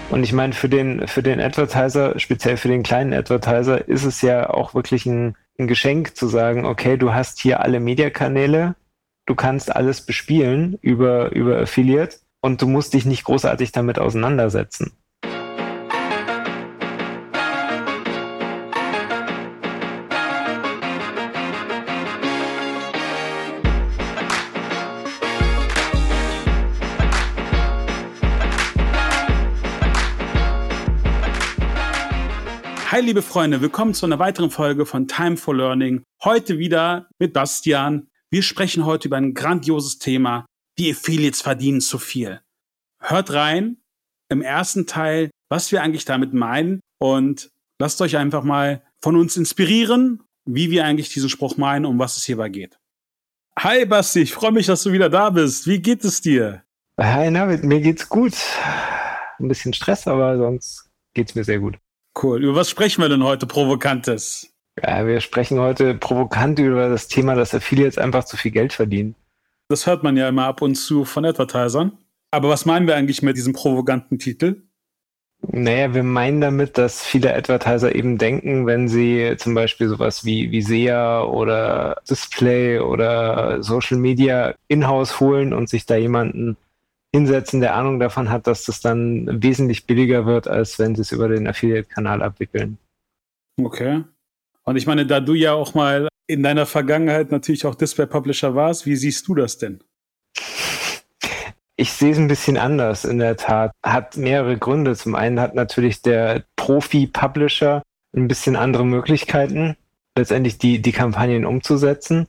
Und ich meine, für den Advertiser, speziell für den kleinen Advertiser, ist es ja auch wirklich ein Geschenk zu sagen, okay, du hast hier alle Mediakanäle, du kannst alles bespielen über Affiliate und du musst dich nicht großartig damit auseinandersetzen. Hi liebe Freunde, willkommen zu einer weiteren Folge von Time for Learning. Heute wieder mit Bastian. Wir sprechen heute über ein grandioses Thema. Die Affiliates verdienen zu viel. Hört rein im ersten Teil, was wir eigentlich damit meinen und lasst euch einfach mal von uns inspirieren, wie wir eigentlich diesen Spruch meinen, um was es hierbei geht. Hi Basti, ich freue mich, dass du wieder da bist. Wie geht es dir? Hi Navid, mir geht's gut. Ein bisschen Stress, aber sonst geht's mir sehr gut. Cool. Über was sprechen wir denn heute Provokantes? Ja, wir sprechen heute provokant über das Thema, dass Affiliates einfach zu viel Geld verdienen. Das hört man ja immer ab und zu von Advertisern. Aber was meinen wir eigentlich mit diesem provokanten Titel? Naja, wir meinen damit, dass viele Advertiser eben denken, wenn sie zum Beispiel sowas wie SEA oder Display oder Social Media in-house holen und sich da jemanden hinsetzen, der Ahnung davon hat, dass das dann wesentlich billiger wird, als wenn sie es über den Affiliate-Kanal abwickeln. Okay. Und ich meine, da du ja auch mal in deiner Vergangenheit natürlich auch Display-Publisher warst, wie siehst du das denn? Ich sehe es ein bisschen anders, in der Tat. Hat mehrere Gründe. Zum einen hat natürlich der Profi-Publisher ein bisschen andere Möglichkeiten, letztendlich die Kampagnen umzusetzen.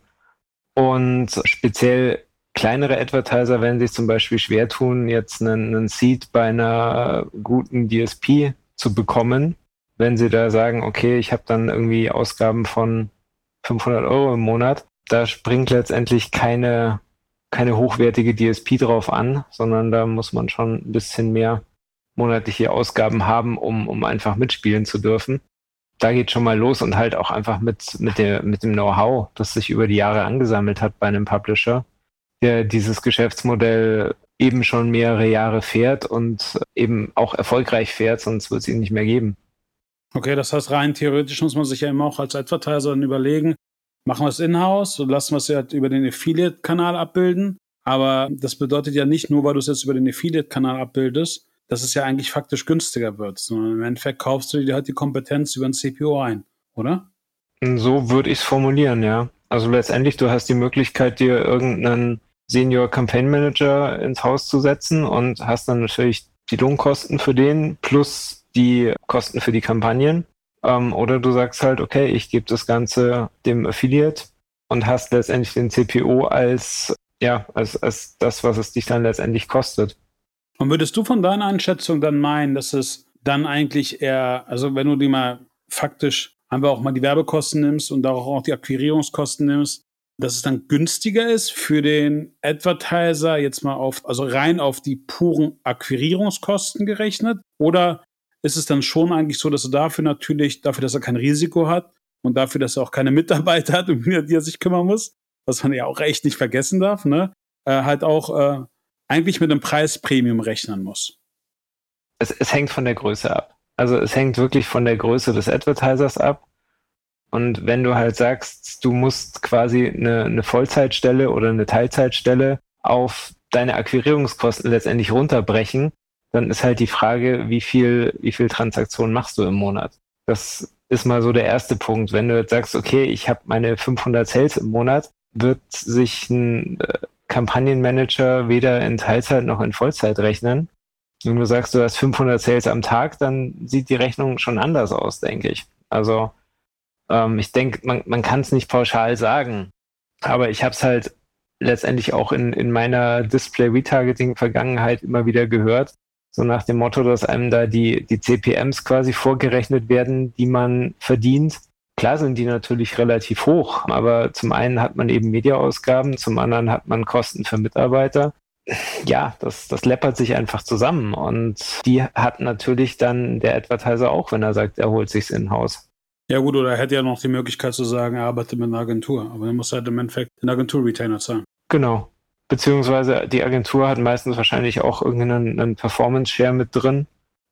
Und speziell kleinere Advertiser werden sich zum Beispiel schwer tun, jetzt einen Seed bei einer guten DSP zu bekommen, wenn sie da sagen, okay, ich habe dann irgendwie Ausgaben von 500 Euro im Monat. Da springt letztendlich keine hochwertige DSP drauf an, sondern da muss man schon ein bisschen mehr monatliche Ausgaben haben, um einfach mitspielen zu dürfen. Da geht schon mal los und halt auch einfach mit dem Know-how, das sich über die Jahre angesammelt hat bei einem Publisher, der dieses Geschäftsmodell eben schon mehrere Jahre fährt und eben auch erfolgreich fährt, sonst wird es ihn nicht mehr geben. Okay, das heißt, rein theoretisch muss man sich ja immer auch als Advertiser dann überlegen, machen wir es in-house oder lassen wir es ja über den Affiliate-Kanal abbilden. Aber das bedeutet ja nicht nur, weil du es jetzt über den Affiliate-Kanal abbildest, dass es ja eigentlich faktisch günstiger wird, sondern im Endeffekt kaufst du dir halt die Kompetenz über ein CPO ein, oder? So würde ich es formulieren, ja. Also letztendlich, du hast die Möglichkeit, dir irgendeinen Senior Campaign Manager ins Haus zu setzen und hast dann natürlich die Lohnkosten für den plus die Kosten für die Kampagnen. Oder du sagst halt, okay, ich gebe das Ganze dem Affiliate und hast letztendlich den CPO als das, was es dich dann letztendlich kostet. Und würdest du von deiner Einschätzung dann meinen, dass es dann eigentlich eher, also wenn du die mal faktisch einfach auch mal die Werbekosten nimmst und auch die Akquirierungskosten nimmst, dass es dann günstiger ist für den Advertiser jetzt mal also rein auf die puren Akquirierungskosten gerechnet? Oder ist es dann schon eigentlich so, dass er dafür, dass er kein Risiko hat und dafür, dass er auch keine Mitarbeiter hat, um die er sich kümmern muss, was man ja auch echt nicht vergessen darf, ne? Halt auch eigentlich mit einem Preispremium rechnen muss? Es hängt von der Größe ab. Also es hängt wirklich von der Größe des Advertisers ab. Und wenn du halt sagst, du musst quasi eine Vollzeitstelle oder eine Teilzeitstelle auf deine Akquirierungskosten letztendlich runterbrechen, dann ist halt die Frage, wie viel Transaktionen machst du im Monat? Das ist mal so der erste Punkt. Wenn du jetzt sagst, okay, ich habe meine 500 Sales im Monat, wird sich ein Kampagnenmanager weder in Teilzeit noch in Vollzeit rechnen. Wenn du sagst, du hast 500 Sales am Tag, dann sieht die Rechnung schon anders aus, denke ich. Also ich denke, man kann es nicht pauschal sagen, aber ich habe es halt letztendlich auch in meiner Display-Retargeting-Vergangenheit immer wieder gehört, so nach dem Motto, dass einem da die CPMs quasi vorgerechnet werden, die man verdient. Klar sind die natürlich relativ hoch, aber zum einen hat man eben Mediaausgaben, zum anderen hat man Kosten für Mitarbeiter. Ja, das läppert sich einfach zusammen und die hat natürlich dann der Advertiser auch, wenn er sagt, er holt sich's in-house. Ja gut, oder er hätte ja noch die Möglichkeit zu sagen, er arbeitet mit einer Agentur, aber dann muss er halt im Endeffekt den Agentur-Retainer zahlen. Genau. Beziehungsweise die Agentur hat meistens wahrscheinlich auch irgendeinen Performance-Share mit drin.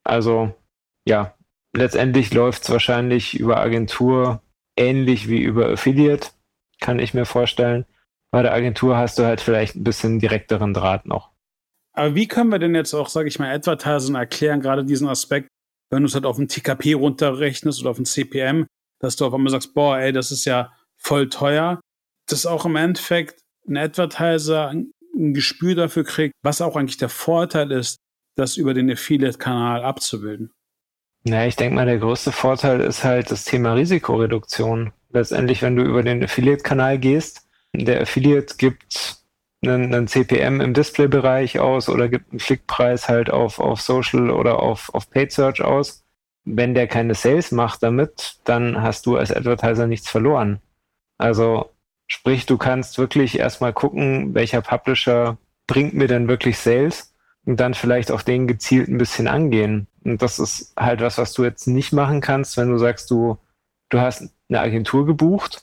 Also ja, letztendlich läuft es wahrscheinlich über Agentur ähnlich wie über Affiliate, kann ich mir vorstellen. Bei der Agentur hast du halt vielleicht ein bisschen direkteren Draht noch. Aber wie können wir denn jetzt auch, sage ich mal, Advertisern erklären, gerade diesen Aspekt, wenn du es halt auf ein TKP runterrechnest oder auf ein CPM, dass du auf einmal sagst, boah, ey, das ist ja voll teuer, dass auch im Endeffekt ein Advertiser ein Gespür dafür kriegt, was auch eigentlich der Vorteil ist, das über den Affiliate-Kanal abzubilden. Ja, ich denke mal, der größte Vorteil ist halt das Thema Risikoreduktion. Letztendlich, wenn du über den Affiliate-Kanal gehst, der Affiliate gibt einen CPM im Display-Bereich aus oder gibt einen Klickpreis halt auf Social oder auf Paid Search aus. Wenn der keine Sales macht damit, dann hast du als Advertiser nichts verloren. Also sprich, du kannst wirklich erstmal gucken, welcher Publisher bringt mir denn wirklich Sales und dann vielleicht auch den gezielt ein bisschen angehen. Und das ist halt was du jetzt nicht machen kannst, wenn du sagst, du hast eine Agentur gebucht.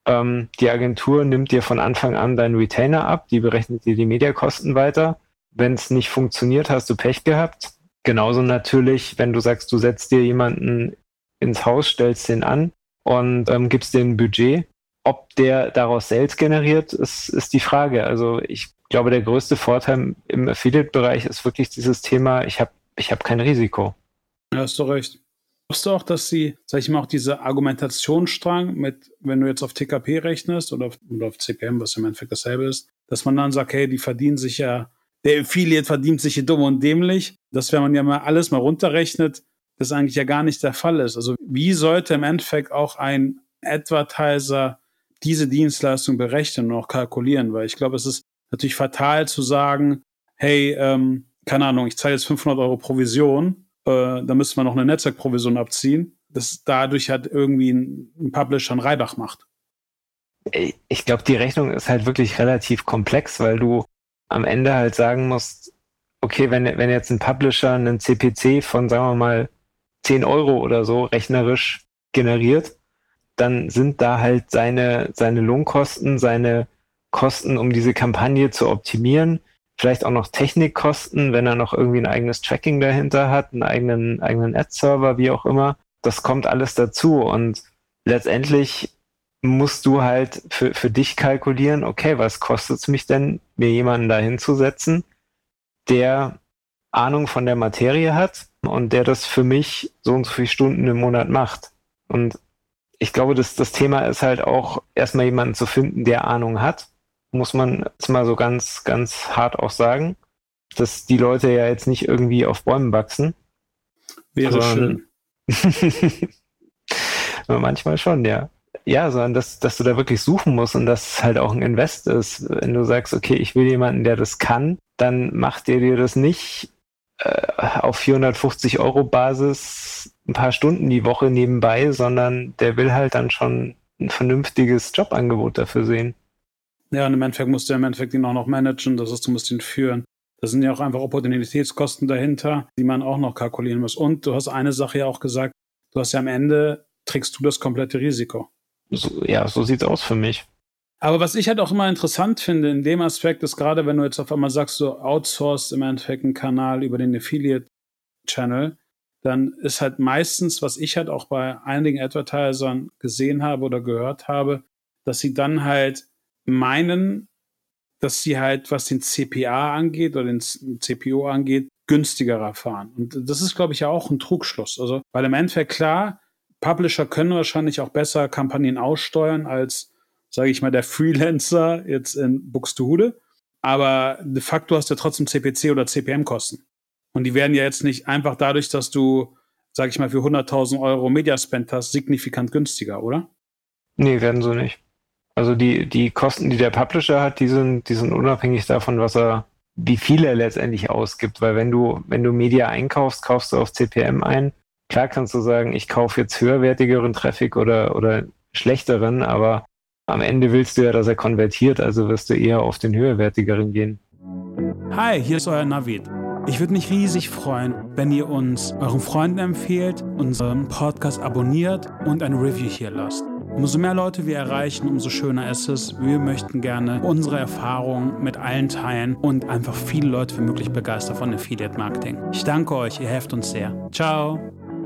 Die Agentur nimmt dir von Anfang an deinen Retainer ab, die berechnet dir die Mediakosten weiter. Wenn es nicht funktioniert, hast du Pech gehabt. Genauso natürlich, wenn du sagst, du setzt dir jemanden ins Haus, stellst den an und gibst dem ein Budget. Ob der daraus Sales generiert, ist die Frage. Also ich glaube, der größte Vorteil im Affiliate-Bereich ist wirklich dieses Thema, ich hab kein Risiko. Ja, hast du recht. Glaubst du auch, dass sie, sag ich mal, auch diese Argumentationsstrang mit, wenn du jetzt auf TKP rechnest oder auf CPM, was im Endeffekt dasselbe ist, dass man dann sagt, hey, die verdienen sich ja, der Affiliate verdient sich hier dumm und dämlich, dass wenn man ja mal alles mal runterrechnet, das eigentlich ja gar nicht der Fall ist. Also wie sollte im Endeffekt auch ein Advertiser diese Dienstleistung berechnen und auch kalkulieren? Weil ich glaube, es ist natürlich fatal zu sagen, hey, keine Ahnung, ich zahle jetzt 500 Euro Provision, da müsste man noch eine Netzwerkprovision abziehen, dass dadurch halt irgendwie ein Publisher einen Reibach macht. Ich glaube, die Rechnung ist halt wirklich relativ komplex, weil du am Ende halt sagen musst, okay, wenn jetzt ein Publisher einen CPC von, sagen wir mal, 10 Euro oder so rechnerisch generiert, dann sind da halt seine Lohnkosten, seine Kosten, um diese Kampagne zu optimieren, vielleicht auch noch Technikkosten, wenn er noch irgendwie ein eigenes Tracking dahinter hat, einen eigenen Ad-Server, wie auch immer. Das kommt alles dazu und letztendlich musst du halt für dich kalkulieren, okay, was kostet es mich denn, mir jemanden da hinzusetzen, der Ahnung von der Materie hat und der das für mich so und so viele Stunden im Monat macht. Und ich glaube, das Thema ist halt auch erstmal jemanden zu finden, der Ahnung hat, muss man jetzt mal so ganz, ganz hart auch sagen, dass die Leute ja jetzt nicht irgendwie auf Bäumen wachsen. Wäre schön. Manchmal schon, ja. Ja, sondern dass du da wirklich suchen musst und dass es halt auch ein Invest ist. Wenn du sagst, okay, ich will jemanden, der das kann, dann macht der dir das nicht auf 450 Euro Basis ein paar Stunden die Woche nebenbei, sondern der will halt dann schon ein vernünftiges Jobangebot dafür sehen. Ja, und im Endeffekt musst du ihn auch noch managen, das heißt, du musst ihn führen. Da sind ja auch einfach Opportunitätskosten dahinter, die man auch noch kalkulieren muss. Und du hast eine Sache ja auch gesagt, du hast ja am Ende, trägst du das komplette Risiko. So sieht's aus für mich. Aber was ich halt auch immer interessant finde in dem Aspekt ist, gerade wenn du jetzt auf einmal sagst, du outsourcest im Endeffekt einen Kanal über den Affiliate-Channel, dann ist halt meistens, was ich halt auch bei einigen Advertisern gesehen habe oder gehört habe, dass sie dann halt meinen, dass sie halt, was den CPA angeht oder den CPO angeht, günstigerer fahren. Und das ist, glaube ich, ja auch ein Trugschluss. Also, weil im Endeffekt klar, Publisher können wahrscheinlich auch besser Kampagnen aussteuern als, sage ich mal, der Freelancer jetzt in Buxtehude. Aber de facto hast du ja trotzdem CPC oder CPM-Kosten. Und die werden ja jetzt nicht einfach dadurch, dass du, sage ich mal, für 100.000 Euro Mediaspend hast, signifikant günstiger, oder? Nee, werden sie nicht. Also die Kosten, die der Publisher hat, die sind unabhängig davon, wie viel er letztendlich ausgibt. Weil wenn du Media einkaufst, kaufst du auf CPM ein. Klar kannst du sagen, ich kaufe jetzt höherwertigeren Traffic oder schlechteren, aber am Ende willst du ja, dass er konvertiert, also wirst du eher auf den höherwertigeren gehen. Hi, hier ist euer Navid. Ich würde mich riesig freuen, wenn ihr uns euren Freunden empfehlt, unseren Podcast abonniert und ein Review hier lasst. Umso mehr Leute wir erreichen, umso schöner ist es. Wir möchten gerne unsere Erfahrungen mit allen teilen und einfach viele Leute wie möglich begeistern von Affiliate Marketing. Ich danke euch, ihr helft uns sehr. Ciao.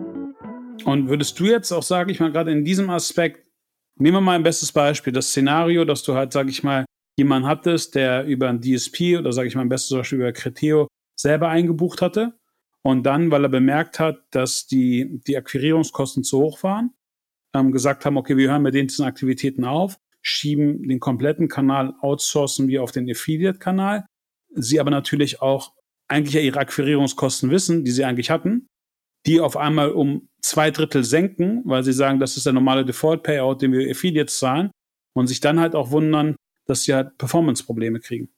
Und würdest du jetzt auch sagen, ich meine, gerade in diesem Aspekt, nehmen wir mal ein bestes Beispiel, das Szenario, dass du halt, sage ich mal, jemanden hattest, der über ein DSP oder, sage ich mal, am besten zum Beispiel über Criteo selber eingebucht hatte und dann, weil er bemerkt hat, dass die Akquirierungskosten zu hoch waren, gesagt haben, okay, wir hören mit den Aktivitäten auf, schieben den kompletten Kanal, outsourcen wir auf den Affiliate-Kanal, sie aber natürlich auch eigentlich ja ihre Akquirierungskosten wissen, die sie eigentlich hatten, die auf einmal um 2/3 senken, weil sie sagen, das ist der normale Default-Payout, den wir Affiliates zahlen und sich dann halt auch wundern, dass sie halt Performance-Probleme kriegen.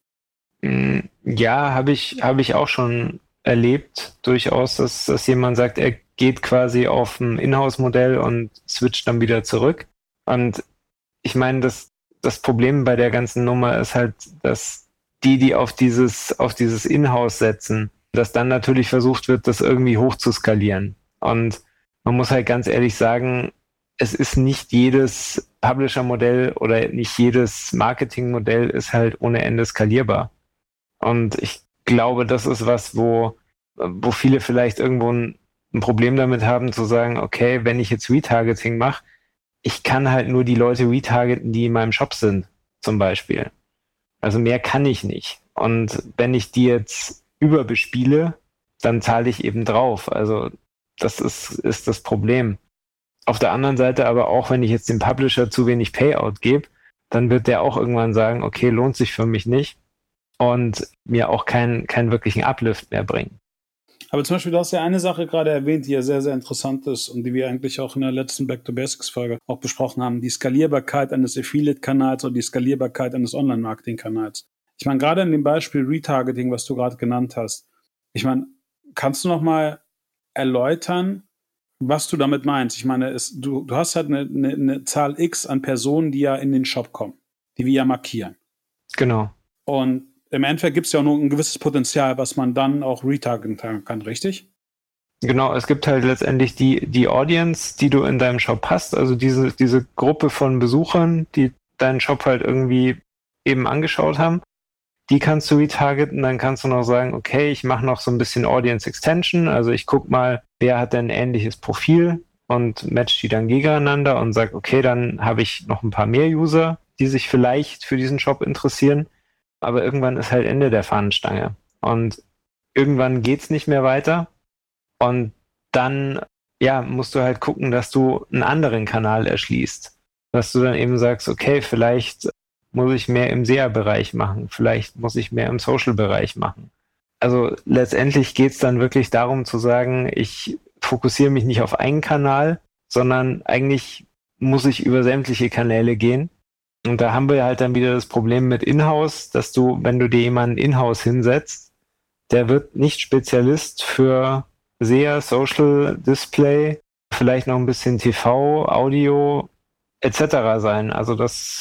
Ja, habe ich auch schon erlebt, durchaus, dass jemand sagt, er geht quasi auf ein Inhouse-Modell und switcht dann wieder zurück. Und ich meine, das Problem bei der ganzen Nummer ist halt, dass die auf dieses Inhouse setzen, dass dann natürlich versucht wird, das irgendwie hoch zu skalieren. Und man muss halt ganz ehrlich sagen, es ist nicht jedes Publisher-Modell oder nicht jedes Marketing-Modell ist halt ohne Ende skalierbar. Und ich glaube, das ist was, wo viele vielleicht irgendwo ein Problem damit haben, zu sagen, okay, wenn ich jetzt Retargeting mache, ich kann halt nur die Leute retargeten, die in meinem Shop sind, zum Beispiel. Also mehr kann ich nicht. Und wenn ich die jetzt überbespiele, dann zahle ich eben drauf. Also das ist das Problem. Auf der anderen Seite aber auch, wenn ich jetzt dem Publisher zu wenig Payout gebe, dann wird der auch irgendwann sagen, okay, lohnt sich für mich nicht und mir auch keinen wirklichen Uplift mehr bringen. Aber zum Beispiel, du hast ja eine Sache gerade erwähnt, die ja sehr, sehr interessant ist und die wir eigentlich auch in der letzten Back-to-Basics-Folge auch besprochen haben, die Skalierbarkeit eines Affiliate-Kanals oder die Skalierbarkeit eines Online-Marketing-Kanals. Ich meine, gerade in dem Beispiel Retargeting, was du gerade genannt hast, ich meine, kannst du noch mal erläutern, was du damit meinst? Ich meine, du hast halt eine Zahl X an Personen, die ja in den Shop kommen, die wir ja markieren. Genau. Und im Endeffekt gibt es ja auch nur ein gewisses Potenzial, was man dann auch retargeten kann, richtig? Genau, es gibt halt letztendlich die Audience, die du in deinem Shop hast, also diese Gruppe von Besuchern, die deinen Shop halt irgendwie eben angeschaut haben, die kannst du retargeten, dann kannst du noch sagen, okay, ich mache noch so ein bisschen Audience Extension, also ich gucke mal, wer hat denn ein ähnliches Profil und match die dann gegeneinander und sag, okay, dann habe ich noch ein paar mehr User, die sich vielleicht für diesen Shop interessieren, aber irgendwann ist halt Ende der Fahnenstange und irgendwann geht's nicht mehr weiter und dann ja, musst du halt gucken, dass du einen anderen Kanal erschließt, dass du dann eben sagst, okay, vielleicht muss ich mehr im SEA-Bereich machen, vielleicht muss ich mehr im Social-Bereich machen. Also letztendlich geht es dann wirklich darum zu sagen, ich fokussiere mich nicht auf einen Kanal, sondern eigentlich muss ich über sämtliche Kanäle gehen. Und da haben wir halt dann wieder das Problem mit Inhouse, dass du, wenn du dir jemanden Inhouse hinsetzt, der wird nicht Spezialist für SEA, Social, Display, vielleicht noch ein bisschen TV, Audio etc. sein. Also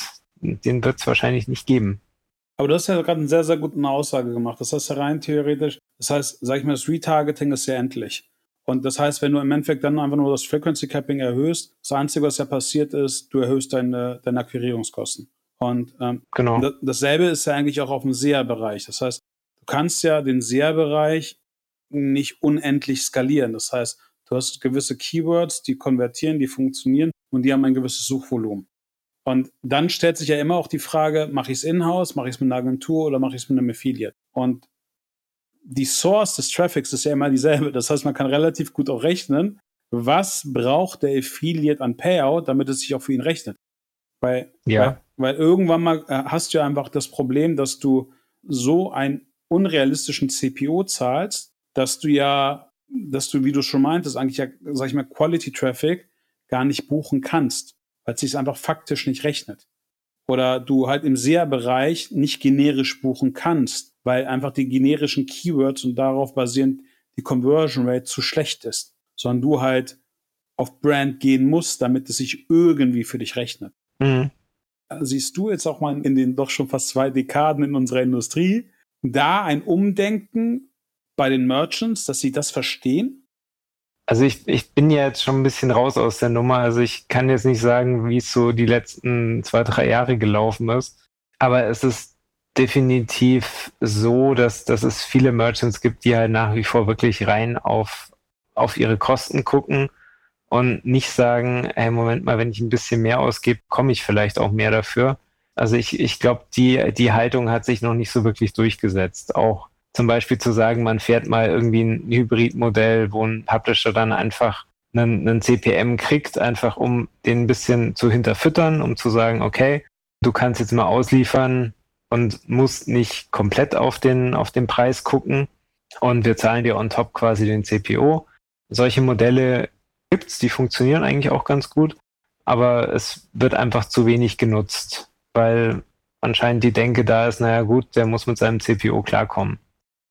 den wird es wahrscheinlich nicht geben. Aber du hast ja gerade eine sehr, sehr gute Aussage gemacht. Das heißt ja rein theoretisch, das heißt, sag ich mal, das Retargeting ist ja endlich. Und das heißt, wenn du im Endeffekt dann einfach nur das Frequency Capping erhöhst, das Einzige, was ja passiert ist, du erhöhst deine Akquirierungskosten. Und Genau. dasselbe ist ja eigentlich auch auf dem SEA-Bereich. Das heißt, du kannst ja den SEA-Bereich nicht unendlich skalieren. Das heißt, du hast gewisse Keywords, die konvertieren, die funktionieren und die haben ein gewisses Suchvolumen. Und dann stellt sich ja immer auch die Frage, mache ich es in-house, mache ich es mit einer Agentur oder mache ich es mit einem Affiliate? Und die Source des Traffics ist ja immer dieselbe. Das heißt, man kann relativ gut auch rechnen, was braucht der Affiliate an Payout, damit es sich auch für ihn rechnet. Weil irgendwann mal hast du ja einfach das Problem, dass du so einen unrealistischen CPO zahlst, dass du, wie du schon meintest, eigentlich ja, sag ich mal, Quality Traffic gar nicht buchen kannst, weil es sich einfach faktisch nicht rechnet. Oder du halt im SEA-Bereich nicht generisch buchen kannst, weil einfach die generischen Keywords und darauf basierend die Conversion Rate zu schlecht ist, sondern du halt auf Brand gehen musst, damit es sich irgendwie für dich rechnet. Mhm. Siehst du jetzt auch mal in den doch schon fast 2 Dekaden in unserer Industrie da ein Umdenken bei den Merchants, dass sie das verstehen? Also ich bin ja jetzt schon ein bisschen raus aus der Nummer. Also ich kann jetzt nicht sagen, wie es so die letzten 2, 3 Jahre gelaufen ist. Aber es ist definitiv so, dass es viele Merchants gibt, die halt nach wie vor wirklich rein auf ihre Kosten gucken und nicht sagen, hey, Moment mal, wenn ich ein bisschen mehr ausgebe, komme ich vielleicht auch mehr dafür. Also ich glaube, die Haltung hat sich noch nicht so wirklich durchgesetzt. Auch zum Beispiel zu sagen, man fährt mal irgendwie ein Hybridmodell, wo ein Publisher dann einfach einen CPM kriegt, einfach um den ein bisschen zu hinterfüttern, um zu sagen, okay, du kannst jetzt mal ausliefern und musst nicht komplett auf den Preis gucken und wir zahlen dir on top quasi den CPO. Solche Modelle gibt's, die funktionieren eigentlich auch ganz gut, aber es wird einfach zu wenig genutzt, weil anscheinend die Denke da ist, naja gut, der muss mit seinem CPO klarkommen.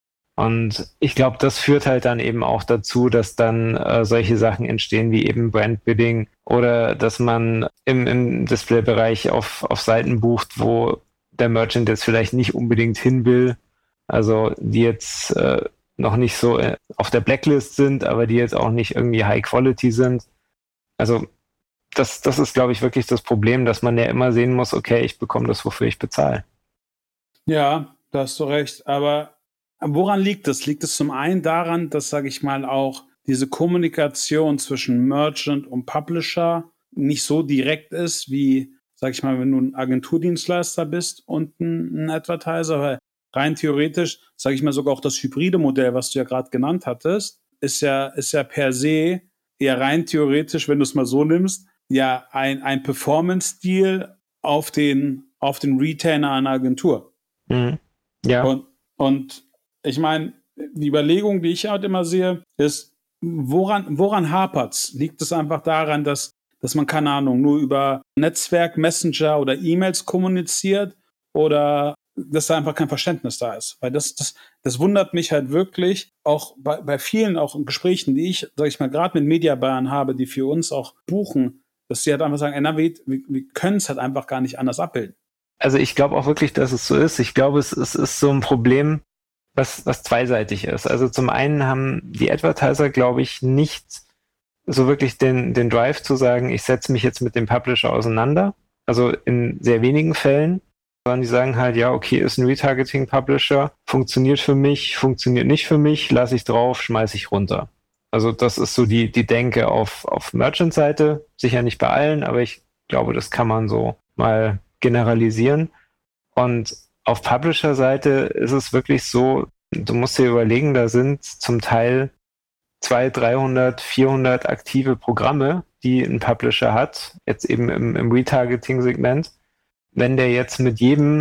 Und ich glaube, das führt halt dann eben auch dazu, dass dann solche Sachen entstehen wie eben Brandbidding oder dass man im Displaybereich auf Seiten bucht, wo der Merchant jetzt vielleicht nicht unbedingt hin will, also die jetzt noch nicht so auf der Blacklist sind, aber die jetzt auch nicht irgendwie High Quality sind. Also das ist, glaube ich, wirklich das Problem, dass man ja immer sehen muss, okay, ich bekomme das, wofür ich bezahle. Ja, da hast du recht. Aber woran liegt es? Liegt es zum einen daran, dass, sage ich mal, auch diese Kommunikation zwischen Merchant und Publisher nicht so direkt ist, wie, sage ich mal, wenn du ein Agenturdienstleister bist und ein Advertiser? Weil rein theoretisch, sage ich mal, sogar auch das hybride Modell, was du ja gerade genannt hattest, ist ja per se eher rein theoretisch, wenn du es mal so nimmst, ja ein Performance-Deal auf den Retainer einer Agentur. Mhm. Ja. Und ich meine, die Überlegung, die ich halt immer sehe, ist, woran hapert's? Liegt es einfach daran, dass man, keine Ahnung, nur über Netzwerk, Messenger oder E-Mails kommuniziert oder dass da einfach kein Verständnis da ist? Weil das wundert mich halt wirklich, auch bei vielen auch Gesprächen, die ich, sag ich mal, gerade mit Mediabuyern habe, die für uns auch buchen, dass sie halt einfach sagen, wir können es halt einfach gar nicht anders abbilden. Also ich glaube auch wirklich, dass es so ist. Ich glaube, es ist so ein Problem, was zweiseitig ist. Also zum einen haben die Advertiser, glaube ich, nicht so wirklich den Drive zu sagen, ich setze mich jetzt mit dem Publisher auseinander. Also in sehr wenigen Fällen, sondern die sagen halt, ja, okay, ist ein Retargeting-Publisher, funktioniert für mich, funktioniert nicht für mich, lasse ich drauf, schmeiße ich runter. Also das ist so die Denke auf Merchant-Seite, sicher nicht bei allen, aber ich glaube, das kann man so mal generalisieren. Und auf Publisher-Seite ist es wirklich so, du musst dir überlegen, da sind zum Teil 200, 300, 400 aktive Programme, die ein Publisher hat, jetzt eben im Retargeting-Segment. Wenn der jetzt mit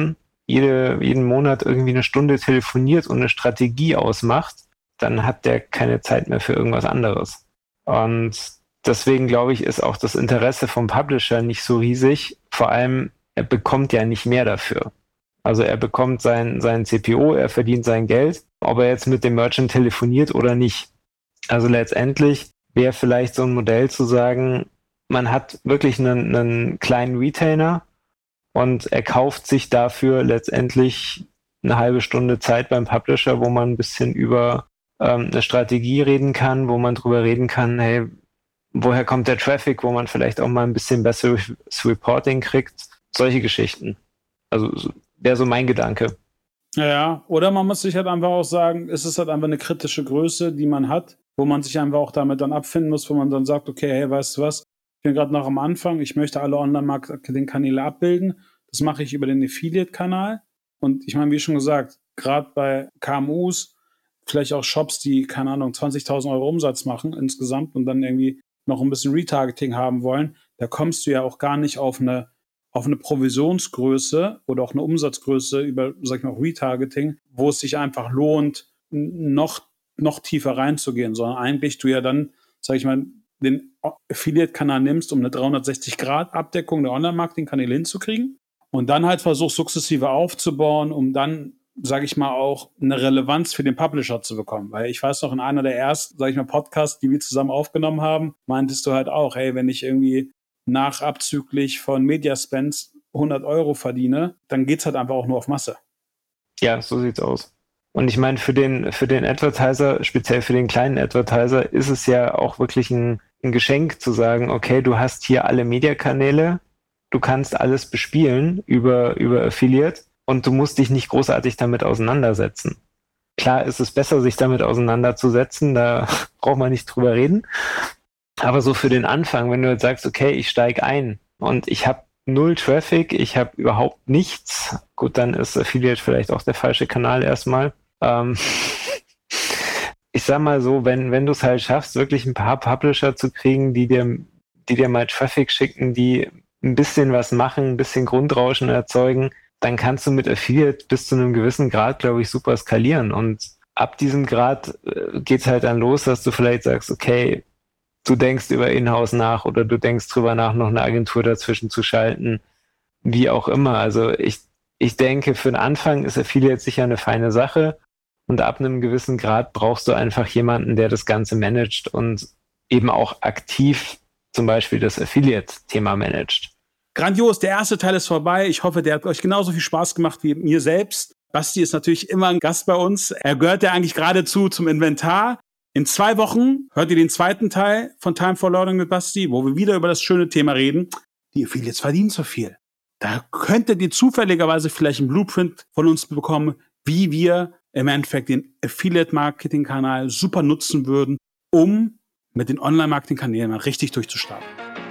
jeden Monat irgendwie eine Stunde telefoniert und eine Strategie ausmacht, dann hat der keine Zeit mehr für irgendwas anderes. Und deswegen glaube ich, ist auch das Interesse vom Publisher nicht so riesig. Vor allem, er bekommt ja nicht mehr dafür. Also er bekommt sein CPO, er verdient sein Geld, ob er jetzt mit dem Merchant telefoniert oder nicht. Also letztendlich wäre vielleicht so ein Modell zu sagen, man hat wirklich einen kleinen Retainer und er kauft sich dafür letztendlich eine halbe Stunde Zeit beim Publisher, wo man ein bisschen über eine Strategie reden kann, wo man drüber reden kann, hey, woher kommt der Traffic, wo man vielleicht auch mal ein bisschen besseres Reporting kriegt. Solche Geschichten. Also wäre so mein Gedanke. Ja, oder man muss sich halt einfach auch sagen, es ist halt einfach eine kritische Größe, die man hat, wo man sich einfach auch damit dann abfinden muss, wo man dann sagt, okay, hey, weißt du was, ich bin gerade noch am Anfang, ich möchte alle Online-Marketing-Kanäle abbilden. Das mache ich über den Affiliate-Kanal. Und ich meine, wie schon gesagt, gerade bei KMUs, vielleicht auch Shops, die, keine Ahnung, 20.000 Euro Umsatz machen insgesamt und dann irgendwie noch ein bisschen Retargeting haben wollen, da kommst du ja auch gar nicht auf eine Provisionsgröße oder auch eine Umsatzgröße über, sag ich mal, Retargeting, wo es sich einfach lohnt, noch tiefer reinzugehen, sondern eigentlich du ja dann, sag ich mal, den Affiliate-Kanal nimmst, um eine 360-Grad-Abdeckung der Online-Marketing-Kanäle hinzukriegen und dann halt versuchst, sukzessive aufzubauen, um dann, sage ich mal, auch eine Relevanz für den Publisher zu bekommen. Weil ich weiß noch, in einer der ersten, sage ich mal, Podcasts, die wir zusammen aufgenommen haben, meintest du halt auch, hey, wenn ich irgendwie nach abzüglich von Mediaspends 100 Euro verdiene, dann geht's halt einfach auch nur auf Masse. Ja, so sieht's aus. Und ich meine, für den Advertiser, speziell für den kleinen Advertiser, ist es ja auch wirklich ein Geschenk zu sagen, okay, du hast hier alle Mediakanäle, du kannst alles bespielen über Affiliate und du musst dich nicht großartig damit auseinandersetzen. Klar ist es besser, sich damit auseinanderzusetzen, da braucht man nicht drüber reden. Aber so für den Anfang, wenn du jetzt sagst, okay, ich steige ein und ich habe 0 Traffic, ich habe überhaupt nichts, gut, dann ist Affiliate vielleicht auch der falsche Kanal erstmal. Ich sag mal so, wenn du es halt schaffst, wirklich ein paar Publisher zu kriegen, die dir mal Traffic schicken, die ein bisschen was machen, ein bisschen Grundrauschen erzeugen, dann kannst du mit Affiliate bis zu einem gewissen Grad, glaube ich, super skalieren. Und ab diesem Grad geht's halt dann los, dass du vielleicht sagst, okay, du denkst über Inhouse nach oder du denkst drüber nach, noch eine Agentur dazwischen zu schalten, wie auch immer. Also ich denke, für den Anfang ist Affiliate sicher eine feine Sache und ab einem gewissen Grad brauchst du einfach jemanden, der das Ganze managt und eben auch aktiv zum Beispiel das Affiliate-Thema managt. Grandios, der erste Teil ist vorbei. Ich hoffe, der hat euch genauso viel Spaß gemacht wie mir selbst. Basti ist natürlich immer ein Gast bei uns. Er gehört ja eigentlich geradezu zum Inventar. In 2 Wochen hört ihr den zweiten Teil von Time for Learning mit Basti, wo wir wieder über das schöne Thema reden. Die Affiliates verdienen zu viel. Da könntet ihr zufälligerweise vielleicht einen Blueprint von uns bekommen, wie wir im Endeffekt den Affiliate-Marketing-Kanal super nutzen würden, um mit den Online-Marketing-Kanälen mal richtig durchzustarten.